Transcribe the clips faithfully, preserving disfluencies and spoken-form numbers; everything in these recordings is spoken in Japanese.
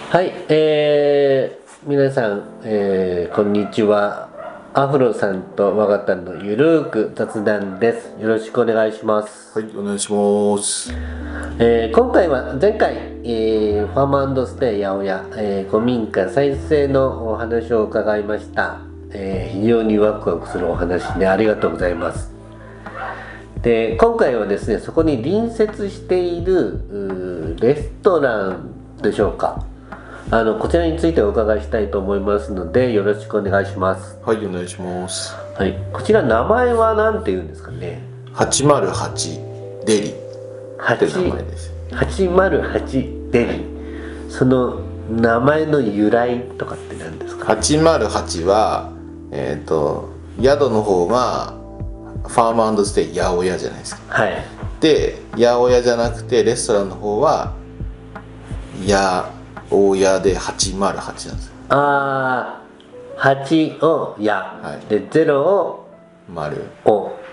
はい、えー、皆さん、えー、こんにちは。アフロさんと我がたのゆるーく雑談です。よろしくお願いします。 はい、お願いします。 えー、今回は前回、えー、ファーム&ステイ八百屋、えー、古民家再生のお話を伺いました。えー、非常にワクワクするお話でありがとうございます。で、今回はですね、そこに隣接しているレストランでしょうか。あのこちらについてお伺いしたいと思いますので、よろしくお願いします。 はい、お願いします。 はい、こちら名前は何て言うんですかね。 はちまるはちデリって名前です。 はちまるはちデリ、その名前の由来とかって何ですか。 はちまるはちはえっ、ー、と宿の方がファーム&ステイ八百屋じゃないですか。 はい。で八百屋じゃなくてレストランの方は八百屋ではちまるはちなんです。 ああ、はちをや、はい、でゼロを丸お、 はい、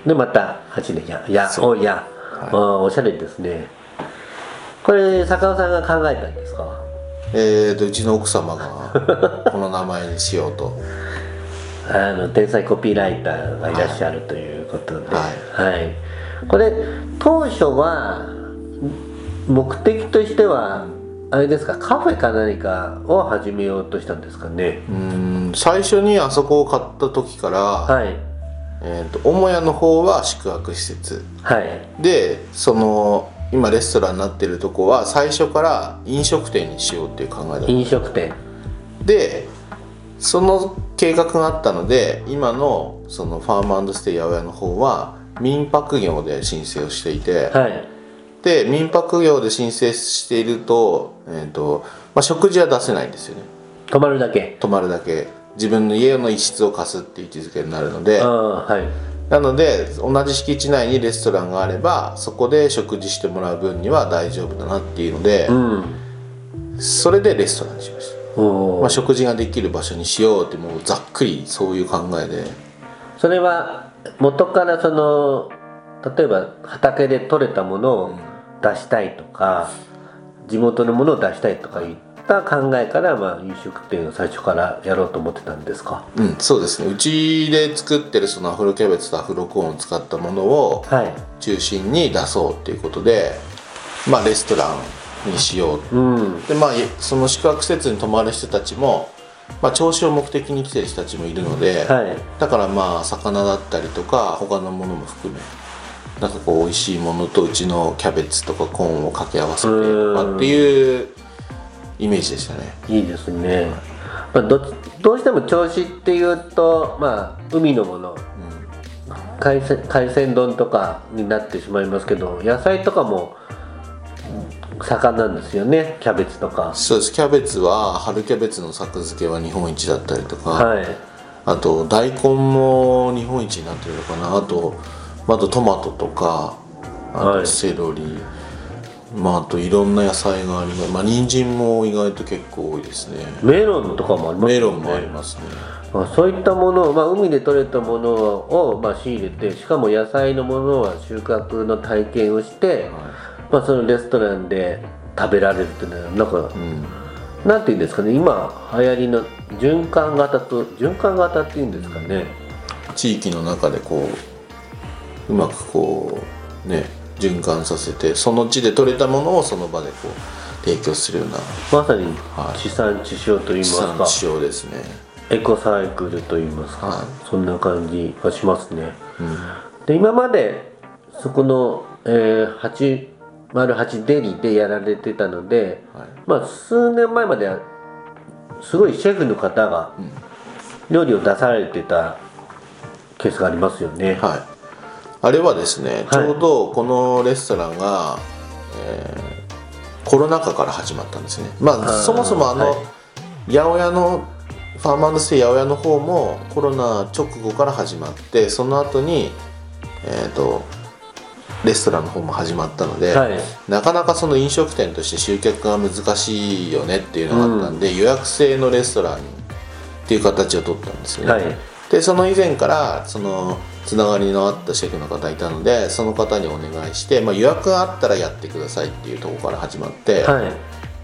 でまたはちでややおや、はい、あおしゃれですね。これ坂尾さんが考えたんですか。 えーとうちの奥様がこの名前にしようとあの天才コピーライターがいらっしゃる、はい、ということで、はいはい、これ当初は目的としてはあれですか、カフェか何かを始めようとしたんですかね。 うーん、最初にあそこを買った時から、はい、えーと母屋の方は宿泊施設、はい、でその今レストランになってるとこは最初から飲食店にしようっていう考えだった。 飲食店でその計画があったので、今のそのファーム&ステイ八百屋の方は民泊業で申請をしていて、はい、で民泊業で申請していると、えーとまあ、食事は出せないんですよね。 泊まるだけ泊まるだけ、自分の家の一室を貸すっていう位置づけになるので、あ、はい、なので同じ敷地内にレストランがあればそこで食事してもらう分には大丈夫だなっていうので、うん、それでレストランにしました。まあ、食事ができる場所にしようって、もうざっくりそういう考えで。 それは元からその例えば畑で採れたものを出したいとか、うん、地元のものを出したいとかいった考えから、まあ、飲食店を最初からやろうと思ってたんですか。 うん、そうですね。うちで作ってるそのアフロキャベツとアフロコーンを使ったものを中心に出そうっていうことで、まあレストランにしよう、うん、でまあその宿泊施設に泊まる人たちも、まあ、銚子を目的に来てる人たちもいるので、はい、だからまあ魚だったりとか他のものも含めなんかこう美味しいものとうちのキャベツとかコーンを掛け合わせてとかっていうイメージでしたね。 いいですね、まあ、ど, どうしても銚子っていうと、まあ、海のもの、うん、海鮮、海鮮丼とかになってしまいますけど、野菜とかも盛んなんですよね。キャベツとか。 そうです。キャベツは春キャベツの作付けは日本一だったりとか、はい、あと大根も日本一になってるのかな。あとあとトマトとか、あとセロリ、はい、まあ、あといろんな野菜があります。まあ人参も意外と結構多いですね。 メロンとかもありますね。 メロンもありますね。 まあ、そういったものを、まあ、海で採れたものを、まあ、仕入れて、しかも野菜のものは収穫の体験をして、はい、まあ、そのレストランで食べられるっていうのはなんか、うん、なんていうんですかね、今流行りの循環型と循環型っていうんですかね。 地域の中でこううまくこうね循環させて、その地で採れたものをその場でこう提供するような、 まさに地産地消といいますか、 地産地消ですね。 エコサイクルといいますか、はい、そんな感じがしますね、うん、で今までそこの、えー、はちまるはちデリでやられてたので、はい、まあ数年前まではすごいシェフの方が料理を出されてたケースがありますよね、 はい、あれはですね、ちょうどこのレストランが、えー、コロナ禍から始まったんですね。まあそもそもあの、はい、八百屋のファーム&ステイ八百屋の方もコロナ直後から始まって、その後にえーとレストランの方も始まったので、はい、なかなかその飲食店として集客が難しいよねっていうのがあったんで、うん、予約制のレストランっていう形を取ったんですよね、はい、でその以前からそのつながりのあったシェフの方いたので、その方にお願いして、まあ、予約があったらやってくださいっていうところから始まって、はい、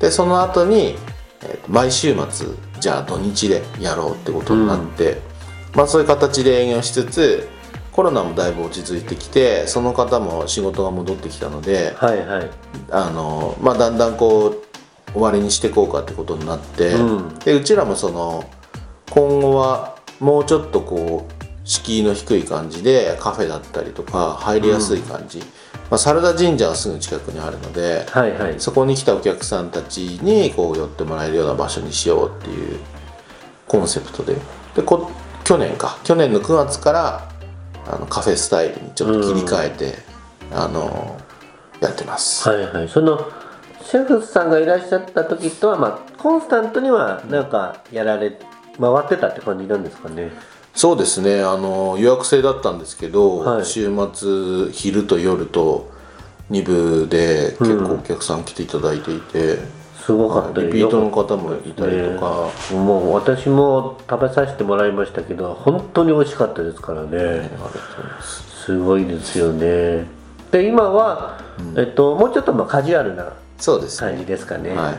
でその後に、えーと毎週末じゃあ土日でやろうってことになって、うんまあ、そういう形で営業しつつコロナもだいぶ落ち着いてきてその方も仕事が戻ってきたので、 はいはいあのまあ、だんだんこう終わりにしていこうかってことになって、 うん、 でうちらもその今後はもうちょっとこう敷居の低い感じでカフェだったりとか入りやすい感じ、うんまあ、サルダ神社はすぐ近くにあるので、 はいはい、 そこに来たお客さんたちにこう寄ってもらえるような場所にしようっていうコンセプトで、でこ去年か去年のくがつからあのカフェスタイルにちょっと切り替えて、うん、あのやってます。 はいはい、そのシェフさんがいらっしゃった時とは、まあ、コンスタントにはなんかやられ回ってたって感じなんですかね。 そうですね、あの予約制だったんですけど、はい、週末昼と夜とに部で結構お客さん来ていただいていて、うんすごかったリピートの方もいたりとか、 ね、もう私も食べさせてもらいましたけど本当に美味しかったですからね、ねありがとうございますすごいですよね。で今は、うんえっと、もうちょっとまあカジュアルな感じですかね、はい、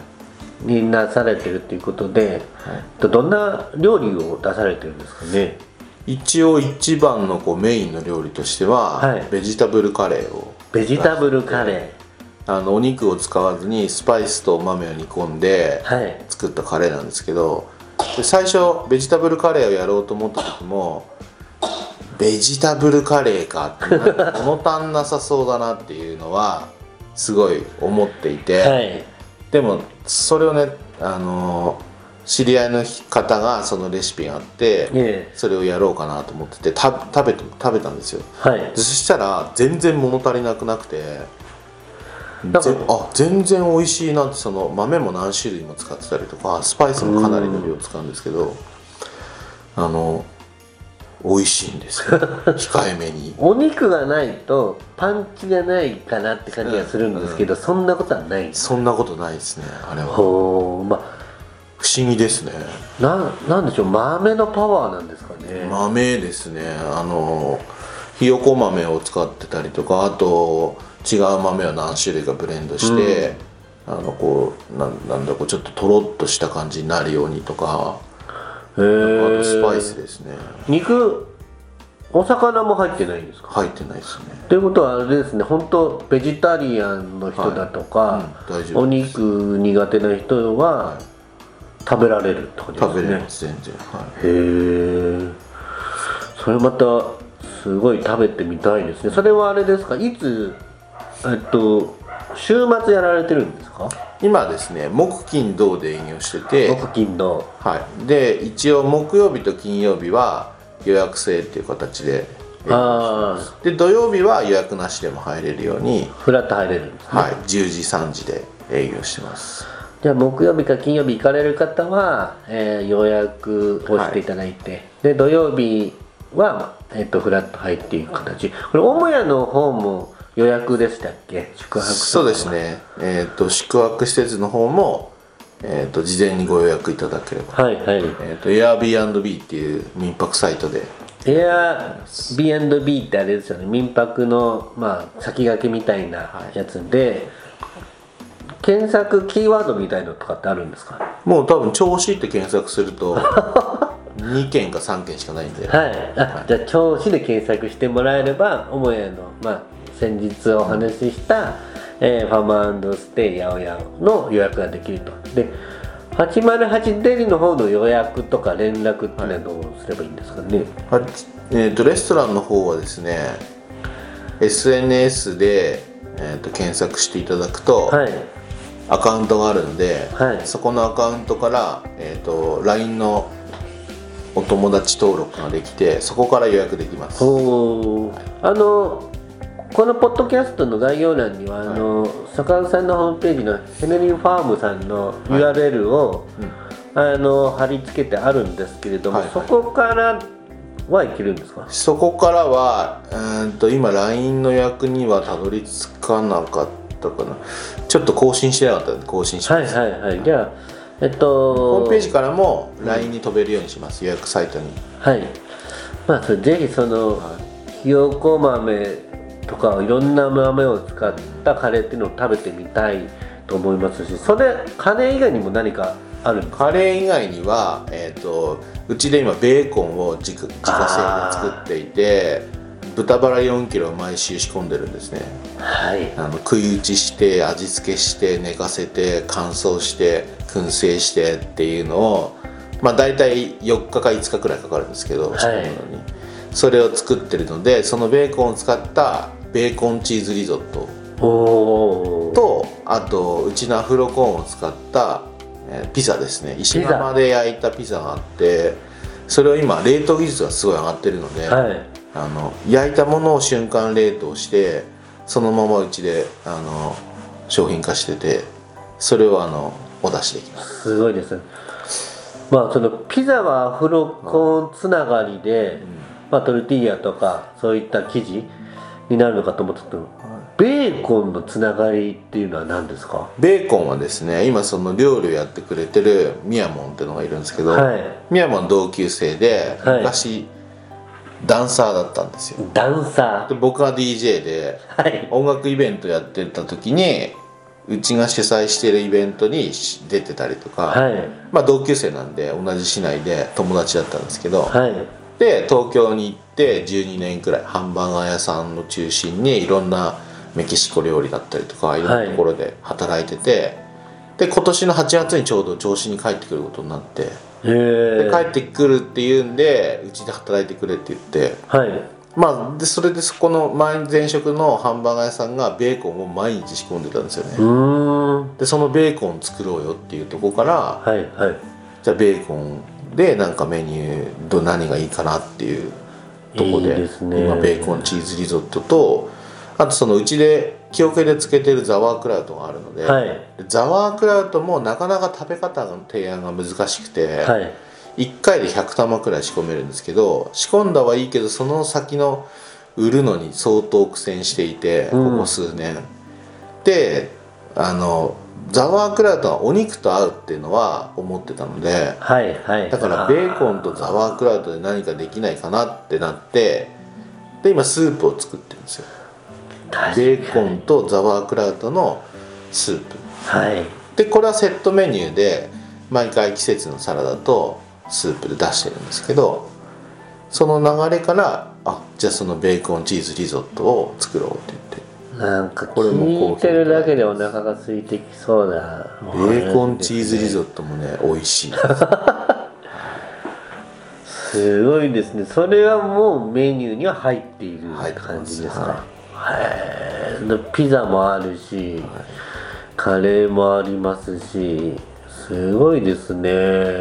になされてるっていうことで、はい、どんな料理を出されてるんですかね。 一応一番のこうメインの料理としては、はい、ベジタブルカレーをベジタブルカレーあのお肉を使わずにスパイスと豆を煮込んで作ったカレーなんですけど、で最初ベジタブルカレーをやろうと思った時もベジタブルカレーかって物足んなさそうだなっていうのはすごい思っていて、はい、でもそれをねあの知り合いの方がそのレシピがあって、ええ、それをやろうかなと思っててた食べて食べたんですよ、はい、でそしたら全然物足りなくなくてあ全然美味しいなって、その豆も何種類も使ってたりとかスパイスもかなりの量使うんですけど、あの美味しいんですよ控えめにお肉がないとパンチがないかなって感じがするんですけど、うんうん、そんなことはないんです。 そんなことないですねあれは。 ほー、まあ、 不思議ですね。 な、なんでしょう豆のパワーなんですかね。 豆ですね、あのひよこ豆を使ってたりとか、あと違う豆を何種類かブレンドして、うん、あのこう な, なんだこうちょっととろっとした感じになるようにとか、へー、あとスパイスですね。 肉お魚も入ってないんですか。 入ってないですね。 ということはあれですね、本当ベジタリアンの人だとか、はいうん、大丈夫です。お肉苦手な人は、はい、食べられるってことですね。 食べれます全然、はい、 へえ、それまたすごい食べてみたいですね。それはあれですか、いつえっと週末やられてるんですか。 今ですね木金土で営業してて、 木金土、 はい、で一応木曜日と金曜日は予約制っていう形で営業してます。で土曜日は予約なしでも入れるようにフラッと入れるんですね。 はい、じゅうじさんじで営業してます。 じゃあ木曜日か金曜日行かれる方は、えー、予約をしていただいて、はい、で土曜日は、えー、とフラッと入っていく形。これ母屋の方も予約でしたっけ、宿泊。 そうですね、えー、と宿泊施設の方も、えー、と事前にご予約いただければ、 はいはい、えー、と Airbnb っていう民泊サイトで Airbnb ってあれですよね、民泊の、まあ、先駆けみたいなやつで、はい、検索キーワードみたいのとかってあるんですか。 もう多分銚子って検索するとにけんかさんけんしかないんで、 はい、あ、はい、じゃあ銚子で検索してもらえれば母屋の、まあ、先日お話しした、えー、ファーム&ステイ八百屋の予約ができると。ではちまるはちデリの方の予約とか連絡っていうのはどうすればいいんですかね。 はい、えー、とレストランの方はですね エスエヌエス で、えー、と検索していただくと、はい、アカウントがあるんで、はい、そこのアカウントから、えー、と ライン のお友達登録ができて、そこから予約できます。 お、はい、あのこのポッドキャストの概要欄には、はい、あの坂上さんのホームページのヘネリーファームさんの ユーアールエル を、はい、うん、あの貼り付けてあるんですけれども、はいはい、そこからはいけるんですか。 そこからはうんと今 ライン の予約にはたどり着かなかったかな。ちょっと更新してなかったので更新します。 はいはいはい。じゃあえっとホームページからも ライン に飛べるようにします、うん、予約サイトに。 はい。まあそれぜひその、はい、ひよこ豆とかいろんな豆を使ったカレーっていうのを食べてみたいと思いますし、それカレー以外にも何かあるんですか？ カレー以外には、えー、とうちで今ベーコンを自自家製で作っていて、豚バラよんキロを毎週仕込んでるんですね。 はい、 あの食い打ちして味付けして寝かせて乾燥して燻製してっていうのを、まあ大体よっかかいつかくらいかかるんですけど、仕込むのにそれを作ってるので、そのベーコンを使ったベーコンチーズリゾットと、あとうちのアフロコーンを使ったえーピザですね。石窯で焼いたピザがあって、それを今冷凍技術がすごい上がってるので、 はい、 あの焼いたものを瞬間冷凍してそのままうちであの商品化してて、それをあのお出しできます。 すごいです。まあそのピザはアフロコーンつながりで、うん、まあ、トルティーヤとかそういった生地になるのかと思ってたけど、ベーコンのつながりっていうのは何ですか？ ベーコンはですね、今その料理をやってくれてるミヤモンっていうのがいるんですけど、はい、ミヤモン同級生で昔、はい、ダンサーだったんですよ。 ダンサーで僕が ディージェー で、はい、音楽イベントやってた時にうちが主催してるイベントに出てたりとか、はい、まあ同級生なんで同じ市内で友達だったんですけど、はい、で東京に行ってじゅうにねんくらいハンバーガー屋さんを中心にいろんなメキシコ料理だったりとかいろんなところで働いてて、はい、で今年のはちがつにちょうど銚子に帰ってくることになって、で帰ってくるっていうんでうちで働いてくれって言って、はい、まあでそれでそこの前前職のハンバーガー屋さんがベーコンを毎日仕込んでたんですよね。うーんでそのベーコン作ろうよっていうところから、はいはい、じゃあベーコンでなんかメニューど何がいいかなっていうところ で, いいですね、今ベーコンチーズリゾットと、あとそのうちで木桶で漬けてるザワークラウトがあるので、はい、ザワークラウトもなかなか食べ方の提案が難しくて、はい、いっかいでひゃくたまくらい仕込めるんですけど、仕込んだはいいけどその先の売るのに相当苦戦していて、ここ数年、うん、であのザワークラウトはお肉と合うっていうのは思ってたので、はいはい、だからベーコンとザワークラウトで何かできないかなってなって、で今スープを作ってるんですよ。ベーコンとザワークラウトのスープ、はい、でこれはセットメニューで毎回季節のサラダとスープで出してるんですけど、その流れからあじゃあそのベーコンチーズリゾットを作ろうって言って、なんかこれも聞いてるだけでお腹が空いてきそうなベーコンチーズリゾットもね美味しいですすごいですね。それはもうメニューには入っている感じですか？へー、ピザもあるし、はい、カレーもありますし、すごいですね。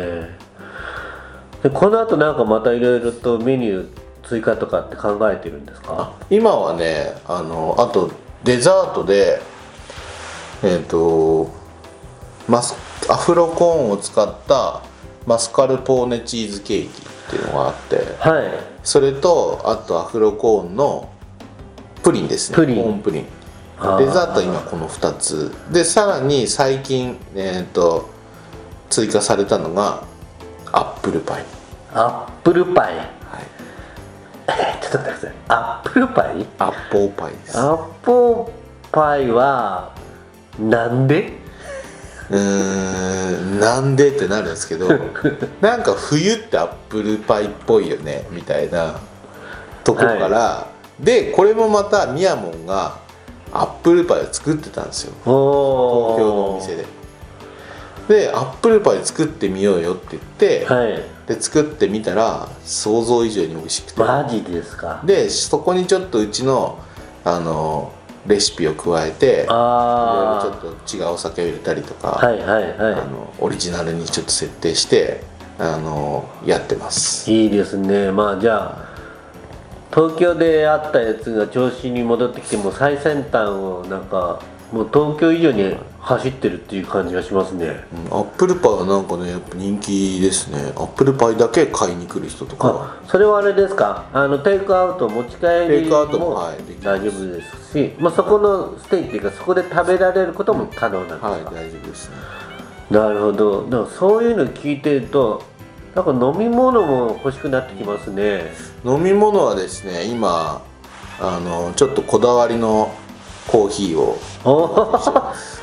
でこの後なんかまたいろいろとメニュー追加とかって考えてるんですか？ 今はね、あのあとデザートでえっ、ー、とマスアフロコーンを使ったマスカルポーネチーズケーキっていうのがあって、はい、それとあとアフロコーンのプリンですね。プリンコーンプリン。デザートは今このふたつで、さらに最近、えー、と追加されたのがアップルパイ。 アップルパイ、はい、ちょっと待ってください。アップルパイ？ アッポーパイです。 アッポーパイはなんで？ うーんなんでってなるんですけどなんか冬ってアップルパイっぽいよねみたいなとこから、はい、でこれもまたミヤモンがアップルパイを作ってたんですよ、東京のお店で。でアップルパイ作ってみようよって言って、はい、で作ってみたら想像以上に美味しくて、 マジですか？ でそこにちょっとうちのあのレシピを加えて、あちょっと違うお酒を入れたりとか、はいはいはい、あのオリジナルにちょっと設定してあのやってます。 いいですね。まあじゃあ東京であったやつが銚子に戻ってきても最先端をなんかもう東京以上に走ってるっていう感じがしますね、 うん、アップルパイはなんかねやっぱ人気ですね。アップルパイだけ買いに来る人とか。 それはあれですか、あのテイクアウト持ち帰りも大丈夫ですし、まあ、そこのステーキっていうかそこで食べられることも可能なんですか？はい、 大丈夫ですね。 なるほど。だからそういうの聞いてるとなんか飲み物も欲しくなってきますね。 飲み物はですね今あのちょっとこだわりのコーヒーをこ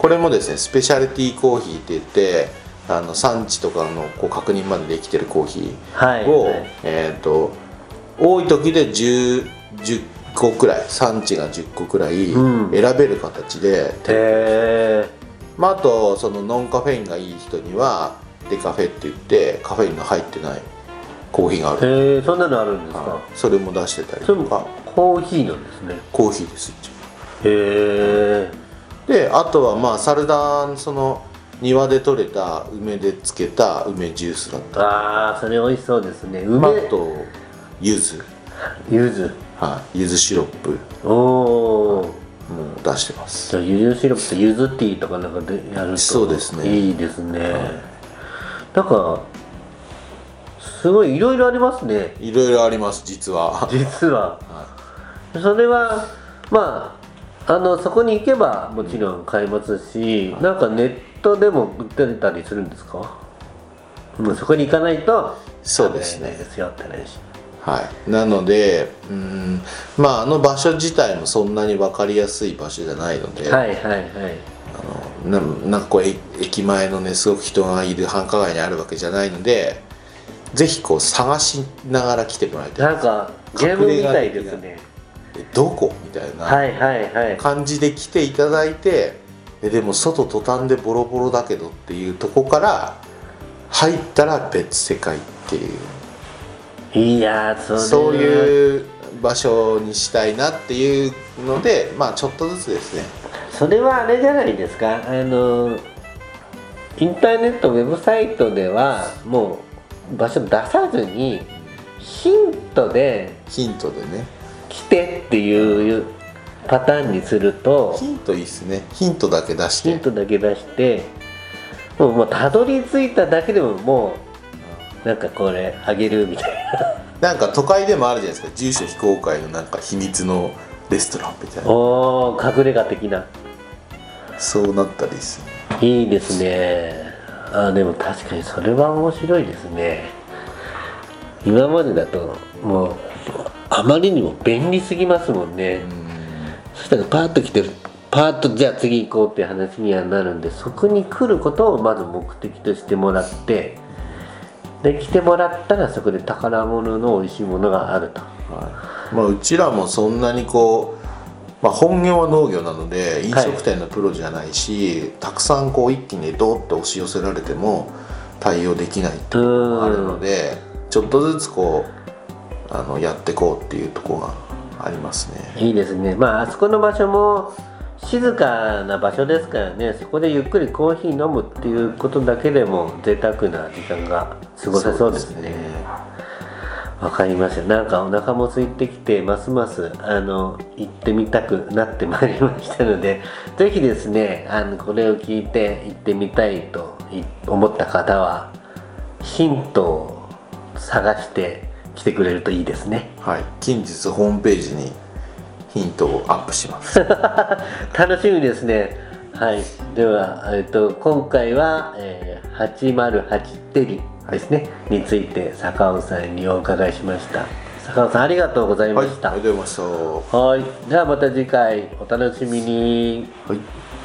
これもですねスペシャリティコーヒーって言って、あの産地とかのこう確認までできてるコーヒーを、 はいはい、 えー、と多い時でじゅう、じゅっこくらい、産地がじゅっこくらい選べる形で、 うん、へまあ、あとそのノンカフェインがいい人にはデカフェって言ってカフェインの入ってないコーヒーがある。 へえ、そんなのあるんですか。 それも出してたりとか。 コーヒーなんですね。 コーヒーです一応。 へえ。であとはまあサルダン、その庭で採れた梅で漬けた梅ジュースだったり、 ああ、それ美味しそうですね。梅、 まあ、あと柚子、 柚子、 はい、柚子シロップおお、 もう出してます。 じゃあ柚子シロップと柚子ティーとかなんかでやるとそうですね、 いいですね、 はい、 なんかすごいいろいろありますね。 いろいろあります実は。 実は、 はそれはまああのそこに行けばもちろん買えますし、うん、なんかネットでも売ってたりするんですか。もうそこに行かないとそうですねですよって話。 はい、なのでうーんまああの場所自体もそんなに分かりやすい場所じゃないので、 はいはいはい、 あの な, なんかこう駅前のねすごく人がいる繁華街にあるわけじゃないので、ぜひこう探しながら来てもらいたい。 なんかゲームみたいですね。 どこみたいな感じで来ていただいて、えでも外トタンでボロボロだけどっていうとこから入ったら別世界っていう、 いやそれそういう場所にしたいなっていうので、まあちょっとずつですね。 それはあれじゃないですか、あのインターネットウェブサイトではもう場所出さずにヒントでヒントでね来てっていうパターンにすると、 ヒントいいっすね。ヒントだけ出してヒントだけ出してもうもうたどり着いただけでももうなんかこれあげるみたいな。なんか都会でもあるじゃないですか、住所非公開のなんか秘密のレストランみたいな。 おー、隠れ家的な。 そうなったりですね。 いいですね。あ、でも確かにそれは面白いですね。今までだともうあまりにも便利すぎますもんね。うん、そしたらパーッと来てる、パーッとじゃあ次行こうっていう話にはなるんで、そこに来ることをまず目的としてもらって、で来てもらったらそこで宝物の美味しいものがあると。 はい、まあ、うちらもそんなにこう、まあ、本業は農業なので飲食店のプロじゃないし、はい、たくさんこう一気にドーッと押し寄せられても対応できないっていうのがあるので、ちょっとずつこうあのやっていこうっていうところがありますね。 いいですね。まああそこの場所も静かな場所ですからね、そこでゆっくりコーヒー飲むっていうことだけでも贅沢な時間が過ごせそうですね。わかりました。なんかお腹も空いてきてますますあの行ってみたくなってまいりましたので、ぜひですねあのこれを聞いて行ってみたいと思った方はヒントを探して来てくれるといいですね。 はい、近日ホームページにヒントをアップします楽しみですね。はい、では、えっと、今回は、えー、はちまるはちテリですね、はい、について坂尾さんにお伺いしました。坂尾さんありがとうございました。 はい、ありがとうございました。 はい、ではまた次回お楽しみに。 はい。